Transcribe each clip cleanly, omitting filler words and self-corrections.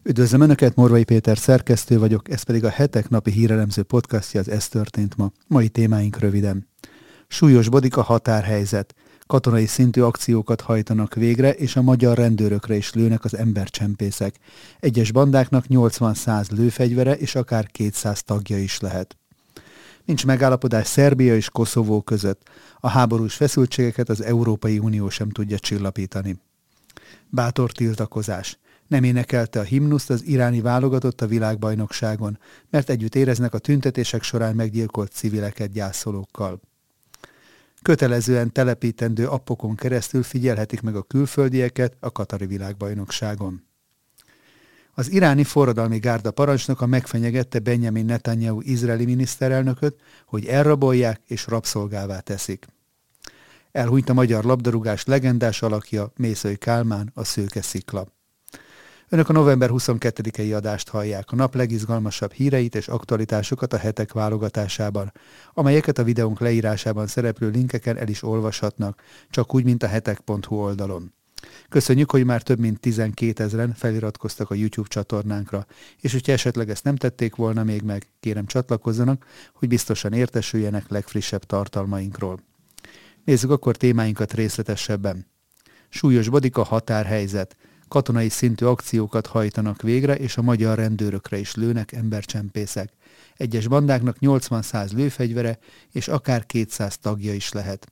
Üdvözlöm Önöket, Morvai Péter szerkesztő vagyok, ez pedig a Hetek napi hírelemző podcastja, az Ez történt ma. Mai témáink röviden. Súlyosbodik a határhelyzet. Katonai szintű akciókat hajtanak végre, és a magyar rendőrökre is lőnek az embercsempészek. Egyes bandáknak 80-100 lőfegyvere, és akár 200 tagja is lehet. Nincs megállapodás Szerbia és Koszovó között. A háborús feszültségeket az Európai Unió sem tudja csillapítani. Bátor tiltakozás. Nem énekelte a himnuszt az iráni válogatott a világbajnokságon, mert együtt éreznek a tüntetések során meggyilkolt civileket gyászolókkal. Kötelezően telepítendő appokon keresztül figyelhetik meg a külföldieket a katari világbajnokságon. Az iráni forradalmi gárda parancsnoka megfenyegette Benjamin Netanyahu izraeli miniszterelnököt, hogy elrabolják és rabszolgává teszik. Elhunyt a magyar labdarúgás legendás alakja, Mészöly Kálmán, a Szőke Szikla. Önök a november 22-i adást hallják, a nap legizgalmasabb híreit és aktualitásokat a hetek válogatásában, amelyeket a videónk leírásában szereplő linkeken el is olvashatnak, csak úgy, mint a hetek.hu oldalon. Köszönjük, hogy már több mint 12 000-en feliratkoztak a YouTube csatornánkra, és hogyha esetleg ezt nem tették volna még meg, kérem csatlakozzanak, hogy biztosan értesüljenek legfrissebb tartalmainkról. Nézzük akkor témáinkat részletesebben. Súlyosbodik a határhelyzet. Katonai szintű akciókat hajtanak végre, és a magyar rendőrökre is lőnek embercsempészek. Egyes bandáknak 80-100 lőfegyvere, és akár 200 tagja is lehet.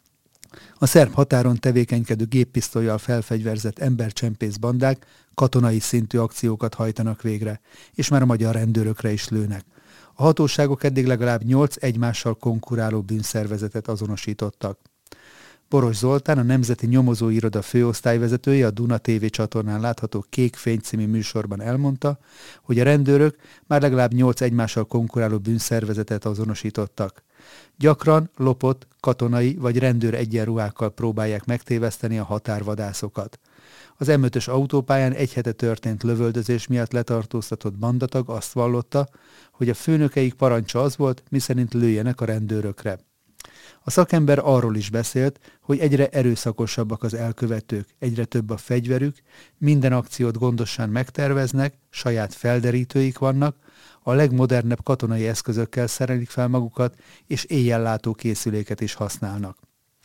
A szerb határon tevékenykedő géppisztollyal felfegyverzett embercsempész bandák katonai szintű akciókat hajtanak végre, és már a magyar rendőrökre is lőnek. A hatóságok eddig legalább 8 egymással konkuráló bűnszervezetet azonosítottak. Boros Zoltán, a Nemzeti Nyomozóiroda főosztályvezetője a Duna TV csatornán látható Kék Fény című műsorban elmondta, hogy a rendőrök már legalább 8 egymással konkuráló bűnszervezetet azonosítottak. Gyakran lopott, katonai vagy rendőr egyenruhákkal próbálják megtéveszteni a határvadászokat. Az M5-ös autópályán egy hete történt lövöldözés miatt letartóztatott bandatag azt vallotta, hogy a főnökeik parancsa az volt, miszerint lőjenek a rendőrökre. A szakember arról is beszélt, hogy egyre erőszakosabbak az elkövetők, egyre több a fegyverük, minden akciót gondosan megterveznek, saját felderítőik vannak, a legmodernebb katonai eszközökkel szerelik fel magukat, és éjjellátó készüléket is használnak.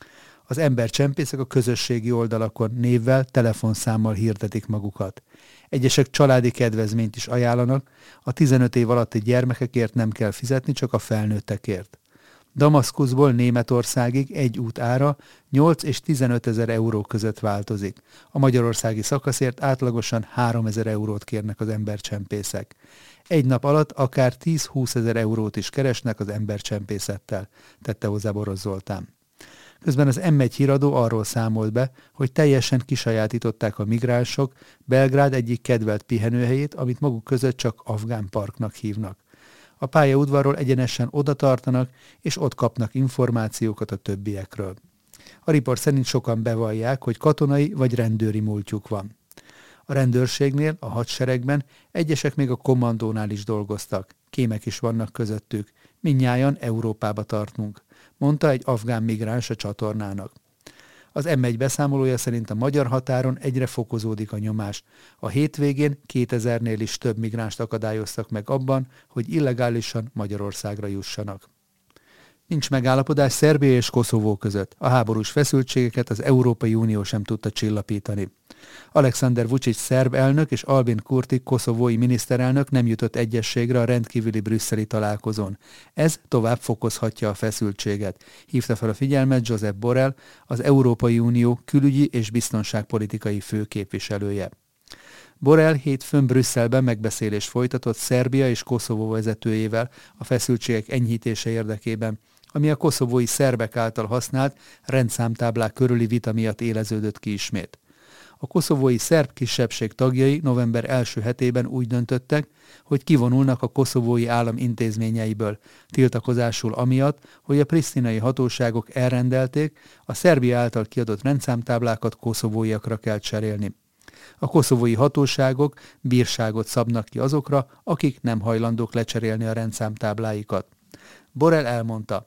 Az embercsempészek a közösségi oldalakon névvel, telefonszámmal hirdetik magukat. Egyesek családi kedvezményt is ajánlanak, a 15 év alatti gyermekekért nem kell fizetni, csak a felnőttekért. Damaszkuszból Németországig egy út ára 8 és 15 000 euró között változik. A magyarországi szakaszért átlagosan 3 000 eurót kérnek az embercsempészek. Egy nap alatt akár 10-20 000 eurót is keresnek az embercsempészettel, tette hozzá Boros Zoltán. Közben az M1 híradó arról számolt be, hogy teljesen kisajátították a migránsok Belgrád egyik kedvelt pihenőhelyét, amit maguk között csak Afgán Parknak hívnak. A pályaudvarról egyenesen oda tartanak, és ott kapnak információkat a többiekről. A riport szerint sokan bevallják, hogy katonai vagy rendőri múltjuk van. A rendőrségnél, a hadseregben egyesek még a kommandónál is dolgoztak. Kémek is vannak közöttük. Mindnyájan Európába tartunk, mondta egy afgán migráns a csatornának. Az M1 beszámolója szerint a magyar határon egyre fokozódik a nyomás. A hétvégén 2000-nél is több migránst akadályoztak meg abban, hogy illegálisan Magyarországra jussanak. Nincs megállapodás Szerbia és Koszovó között. A háborús feszültségeket az Európai Unió sem tudta csillapítani. Alexander Vučić szerb elnök és Albin Kurti koszovói miniszterelnök nem jutott egyezségre a rendkívüli brüsszeli találkozón. Ez tovább fokozhatja a feszültséget, hívta fel a figyelmet Josep Borrell, az Európai Unió külügyi és biztonságpolitikai főképviselője. Borrell hétfőn Brüsszelben megbeszélést folytatott Szerbia és Koszovó vezetőjével a feszültségek enyhítése érdekében, ami a koszovói szerbek által használt rendszámtáblák körüli vita miatt éleződött ki ismét. A koszovói szerb kisebbség tagjai november első hetében úgy döntöttek, hogy kivonulnak a koszovói állam intézményeiből, tiltakozásul amiatt, hogy a prisztinai hatóságok elrendelték, a Szerbia által kiadott rendszámtáblákat koszovóiakra kell cserélni. A koszovói hatóságok bírságot szabnak ki azokra, akik nem hajlandók lecserélni a rendszámtábláikat. Borrell elmondta,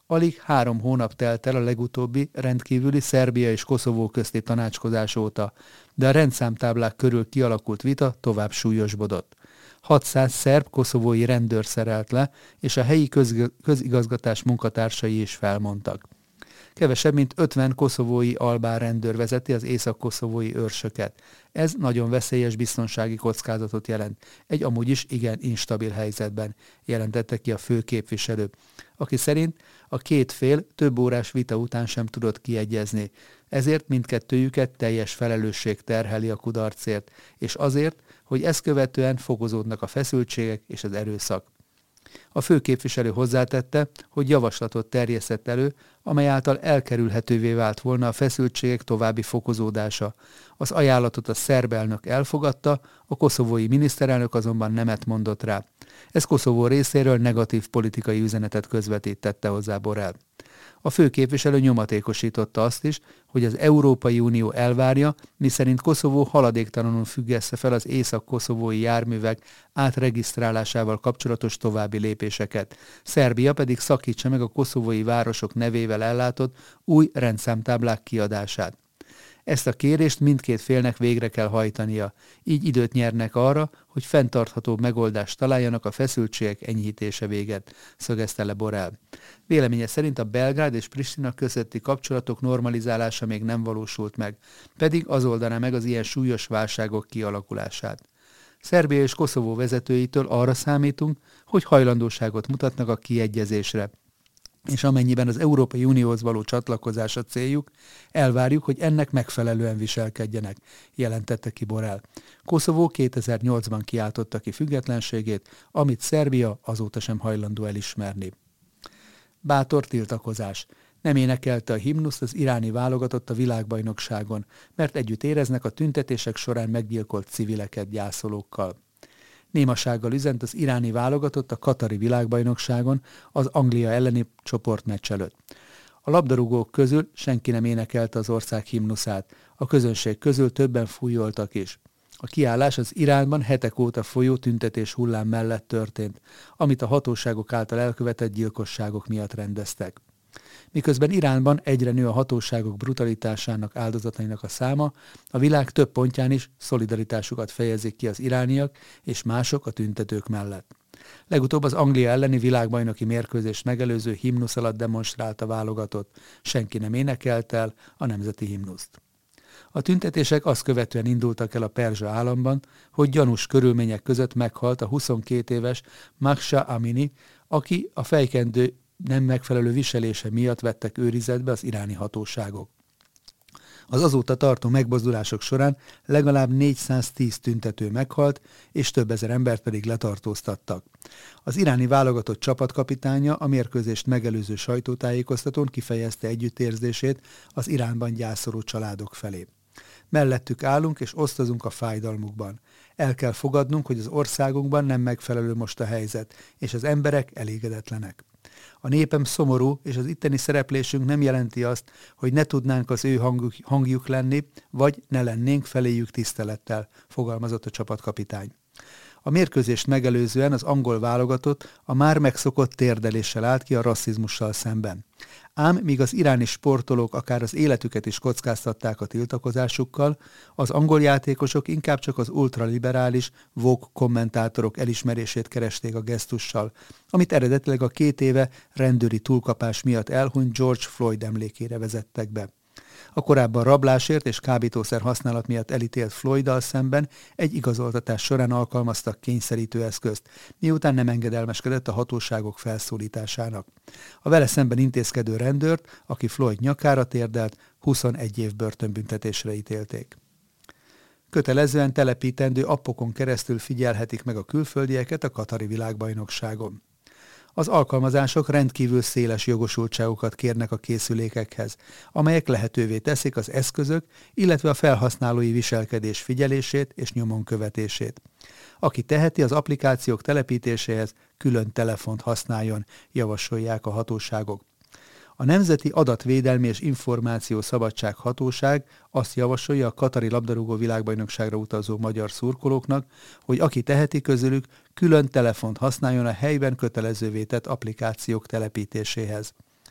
Alig 3 hónap telt el a legutóbbi rendkívüli Szerbia és Koszovó közti tanácskozás óta, de a rendszámtáblák körül kialakult vita tovább súlyosbodott. 600 szerb-koszovói rendőr szerelt le, és a helyi közigazgatás munkatársai is felmondtak. Kevesebb, mint 50 koszovói albán rendőr vezeti az észak-koszovói őrsöket. Ez nagyon veszélyes biztonsági kockázatot jelent, egy amúgy is igen instabil helyzetben, jelentette ki a főképviselő, aki szerint a két fél több órás vita után sem tudott kiegyezni. Ezért mindkettőjüket teljes felelősség terheli a kudarcért, és azért, hogy ezt követően fokozódnak a feszültségek és az erőszak. A főképviselő hozzátette, hogy javaslatot terjesztett elő, amely által elkerülhetővé vált volna a feszültségek további fokozódása. Az ajánlatot a szerb elnök elfogadta, a koszovói miniszterelnök azonban nemet mondott rá. Ez Koszovó részéről negatív politikai üzenetet közvetítette hozzá Borrell. A főképviselő nyomatékosította azt is, hogy az Európai Unió elvárja, miszerint Koszovó haladéktalanul függesse fel az észak-koszovói járművek átregisztrálásával kapcsolatos további lépéseket. Szerbia pedig szakítsa meg a koszovói városok nevével ellátott új rendszámtáblák kiadását. Ezt a kérést mindkét félnek végre kell hajtania, így időt nyernek arra, hogy fenntartható megoldást találjanak a feszültségek enyhítése véget, szögezte le Borrell. Véleménye szerint a Belgrád és Pristina közötti kapcsolatok normalizálása még nem valósult meg, pedig az oldaná meg az ilyen súlyos válságok kialakulását. Szerbia és Koszovó vezetőitől arra számítunk, hogy hajlandóságot mutatnak a kiegyezésre, és amennyiben az Európai Unióhoz való csatlakozás a céljuk, elvárjuk, hogy ennek megfelelően viselkedjenek, jelentette ki Borrell. Koszovó 2008-ban kiáltotta ki függetlenségét, amit Szerbia azóta sem hajlandó elismerni. Bátor tiltakozás. Nem énekelte a himnuszt az iráni válogatott a világbajnokságon, mert együtt éreznek a tüntetések során meggyilkolt civileket gyászolókkal. Némasággal üzent az iráni válogatott a katari világbajnokságon az Anglia elleni csoportmeccs előtt. A labdarúgók közül senki nem énekelte az ország himnuszát, a közönség közül többen fújoltak is. A kiállás az Iránban hetek óta folyó tüntetés hullám mellett történt, amit a hatóságok által elkövetett gyilkosságok miatt rendeztek. Miközben Iránban egyre nő a hatóságok brutalitásának áldozatainak a száma, a világ több pontján is szolidaritásukat fejezik ki az irániak és mások a tüntetők mellett. Legutóbb az Anglia elleni világbajnoki mérkőzést megelőző himnusz alatt demonstrált a válogatott, senki nem énekelt el a nemzeti himnuszt. A tüntetések azt követően indultak el a Perzsa államban, hogy gyanús körülmények között meghalt a 22 éves Mahsa Amini, aki a fejkendő nem megfelelő viselése miatt vettek őrizetbe az iráni hatóságok. Az azóta tartó megmozdulások során legalább 410 tüntető meghalt, és több ezer embert pedig letartóztattak. Az iráni válogatott csapatkapitánya a mérkőzést megelőző sajtótájékoztatón kifejezte együttérzését az Iránban gyászoló családok felé. Mellettük állunk és osztozunk a fájdalmukban. El kell fogadnunk, hogy az országunkban nem megfelelő most a helyzet, és az emberek elégedetlenek. A népem szomorú, és az itteni szereplésünk nem jelenti azt, hogy ne tudnánk az ő hangjuk lenni, vagy ne lennénk feléjük tisztelettel, fogalmazott a csapatkapitány. A mérkőzést megelőzően az angol válogatott a már megszokott térdeléssel állt ki a rasszizmussal szemben. Ám míg az iráni sportolók akár az életüket is kockáztatták a tiltakozásukkal, az angol játékosok inkább csak az ultraliberális, woke kommentátorok elismerését keresték a gesztussal, amit eredetileg a 2 éve rendőri túlkapás miatt elhunyt George Floyd emlékére vezettek be. A korábban rablásért és kábítószer használat miatt elítélt Floyddal szemben egy igazoltatás során alkalmaztak kényszerítő eszközt, miután nem engedelmeskedett a hatóságok felszólításának. A vele szemben intézkedő rendőrt, aki Floyd nyakára térdelt, 21 év börtönbüntetésre ítélték. Kötelezően telepítendő appokon keresztül figyelhetik meg a külföldieket a katari világbajnokságon. Az alkalmazások rendkívül széles jogosultságokat kérnek a készülékekhez, amelyek lehetővé teszik az eszközök, illetve a felhasználói viselkedés figyelését és nyomon követését. Aki teheti, az applikációk telepítéséhez külön telefont használjon, javasolják a hatóságok. A Nemzeti Adatvédelmi és Információszabadság Hatóság azt javasolja a katari labdarúgó világbajnokságra utazó magyar szurkolóknak, hogy aki teheti közülük, külön telefont használjon a helyben kötelezővé tett applikációk telepítéséhez.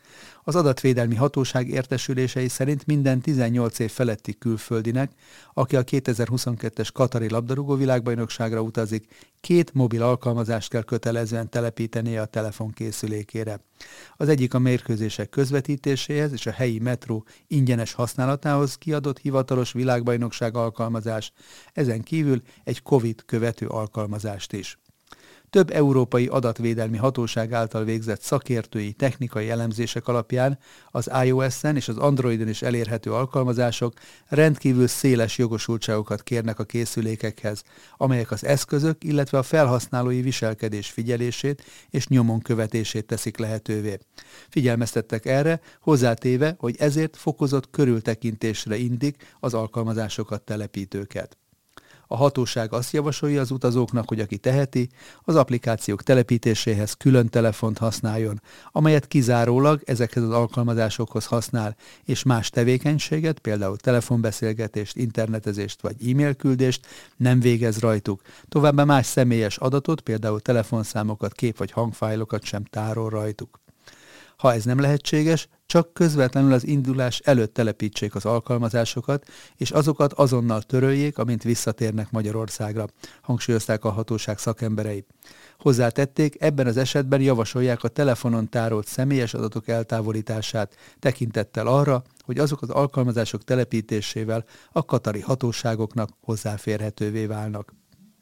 Az adatvédelmi hatóság értesülései szerint minden 18 év feletti külföldinek, aki a 2022-es katari labdarúgó világbajnokságra utazik, 2 mobil alkalmazást kell kötelezően telepítenie a telefonkészülékére. Az egyik a mérkőzések közvetítéséhez és a helyi metró ingyenes használatához kiadott hivatalos világbajnokság alkalmazás, ezen kívül egy COVID követő alkalmazást is. Több európai adatvédelmi hatóság által végzett szakértői technikai elemzések alapján az iOS-en és az Androidon is elérhető alkalmazások rendkívül széles jogosultságokat kérnek a készülékekhez, amelyek az eszközök, illetve a felhasználói viselkedés figyelését és nyomon követését teszik lehetővé. Figyelmeztettek erre, hozzátéve, hogy ezért fokozott körültekintésre intik az alkalmazásokat telepítőket. A hatóság azt javasolja az utazóknak, hogy aki teheti, az applikációk telepítéséhez külön telefont használjon, amelyet kizárólag ezekhez az alkalmazásokhoz használ, és más tevékenységet, például telefonbeszélgetést, internetezést vagy e-mail küldést nem végez rajtuk. Továbbá más személyes adatot, például telefonszámokat, kép- vagy hangfájlokat sem tárol rajtuk. Ha ez nem lehetséges, csak közvetlenül az indulás előtt telepítsék az alkalmazásokat, és azokat azonnal töröljék, amint visszatérnek Magyarországra, hangsúlyozták a hatóság szakemberei. Hozzátették, ebben az esetben javasolják a telefonon tárolt személyes adatok eltávolítását, tekintettel arra, hogy azok az alkalmazások telepítésével a katari hatóságoknak hozzáférhetővé válnak.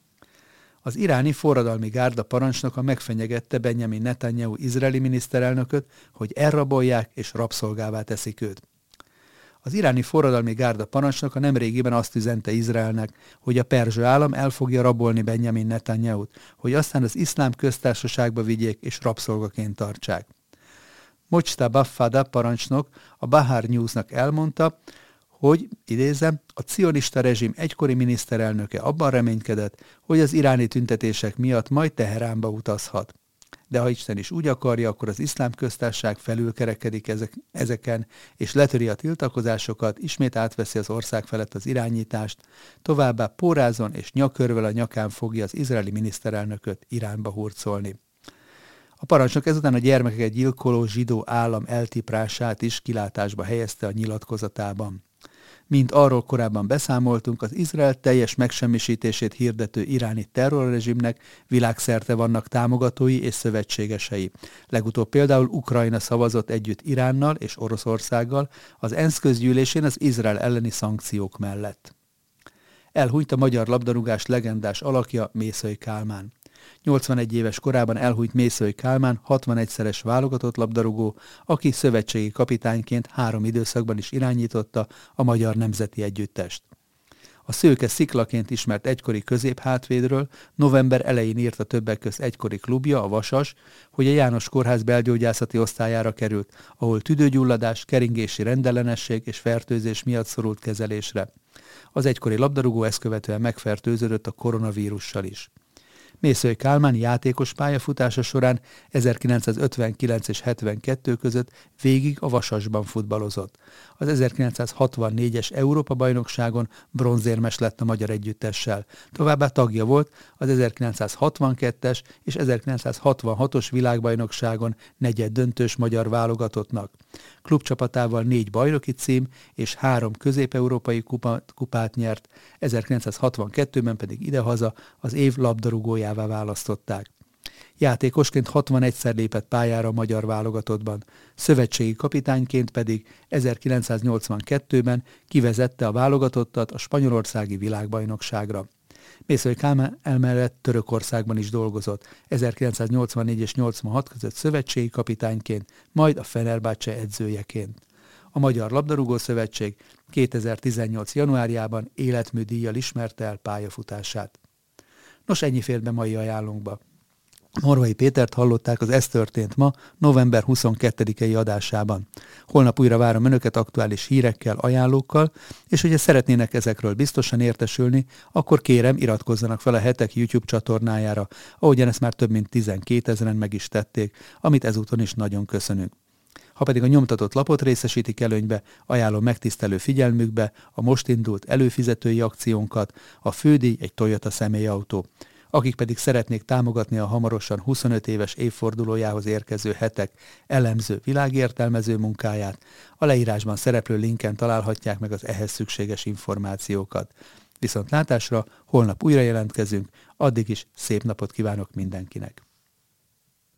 Az iráni forradalmi gárda parancsnoka megfenyegette Benjamin Netanyahu izraeli miniszterelnököt, hogy elrabolják és rabszolgává teszik őt. Az iráni forradalmi gárda parancsnoka nemrégiben azt üzente Izraelnek, hogy a perzsa állam el fogja rabolni Benjamin Netanyahut, hogy aztán az iszlám köztársaságba vigyék és rabszolgaként tartsák. Mojtaba Fada parancsnok a Bahar Newsnak elmondta, hogy, idézem, a cionista rezsim egykori miniszterelnöke abban reménykedett, hogy az iráni tüntetések miatt majd Teheránba utazhat. De ha Isten is úgy akarja, akkor az iszlám köztársaság felülkerekedik ezeken, és letöri a tiltakozásokat, ismét átveszi az ország felett az irányítást, továbbá pórázon és nyakörvel a nyakán fogja az izraeli miniszterelnököt Iránba hurcolni. A parancsnok ezután a gyermekeket gyilkoló zsidó állam eltiprását is kilátásba helyezte a nyilatkozatában. Mint arról korábban beszámoltunk, az Izrael teljes megsemmisítését hirdető iráni terrorrezsimnek világszerte vannak támogatói és szövetségesei. Legutóbb például Ukrajna szavazott együtt Iránnal és Oroszországgal az ENSZ közgyűlésén az Izrael elleni szankciók mellett. Elhunyt a magyar labdarúgás legendás alakja, Mészöly Kálmán. 81 éves korában elhunyt Mészöly Kálmán 61-szeres válogatott labdarúgó, aki szövetségi kapitányként 3 időszakban is irányította a magyar nemzeti együttest. A szőke sziklaként ismert egykori középhátvédről november elején írta többek közt egykori klubja, a Vasas, hogy a János Kórház belgyógyászati osztályára került, ahol tüdőgyulladás, keringési rendellenesség és fertőzés miatt szorult kezelésre. Az egykori labdarúgó ezt követően megfertőződött a koronavírussal is. Mészöly Kálmán játékos pályafutása során 1959 és 72 között végig a Vasasban futballozott. Az 1964-es Európa-bajnokságon bronzérmes lett a magyar együttessel. Továbbá tagja volt az 1962-es és 1966-os világbajnokságon negyeddöntős magyar válogatottnak. Klubcsapatával 4 bajnoki cím és 3 közép-európai kupát nyert, 1962-ben pedig idehaza az év labdarúgójává választották. Játékosként 61-szer lépett pályára a magyar válogatottban, szövetségi kapitányként pedig 1982-ben kivezette a válogatottat a spanyolországi világbajnokságra. Mészöly Kálmán emellett Törökországban is dolgozott, 1984 és 86 között szövetségi kapitányként, majd a Fenerbahce edzőjeként. A Magyar Labdarúgó Szövetség 2018. januárjában életműdíjjal ismerte el pályafutását. Nos, ennyi fért be mai ajánlónkba. Morvai Pétert hallották az Ez történt ma, november 22-i adásában. Holnap újra várom Önöket aktuális hírekkel, ajánlókkal, és hogyha szeretnének ezekről biztosan értesülni, akkor kérem, iratkozzanak fel a Hetek YouTube csatornájára, ahogyan ezt már több mint 12 000-en meg is tették, amit ezúton is nagyon köszönünk. Ha pedig a nyomtatott lapot részesítik előnybe, ajánlom megtisztelő figyelmükbe a most indult előfizetői akciónkat, a fődíj egy Toyota személyautó. Akik pedig szeretnék támogatni a hamarosan 25 éves évfordulójához érkező hetek elemző, világértelmező munkáját, a leírásban szereplő linken találhatják meg az ehhez szükséges információkat. Viszontlátásra, holnap újra jelentkezünk, addig is szép napot kívánok mindenkinek!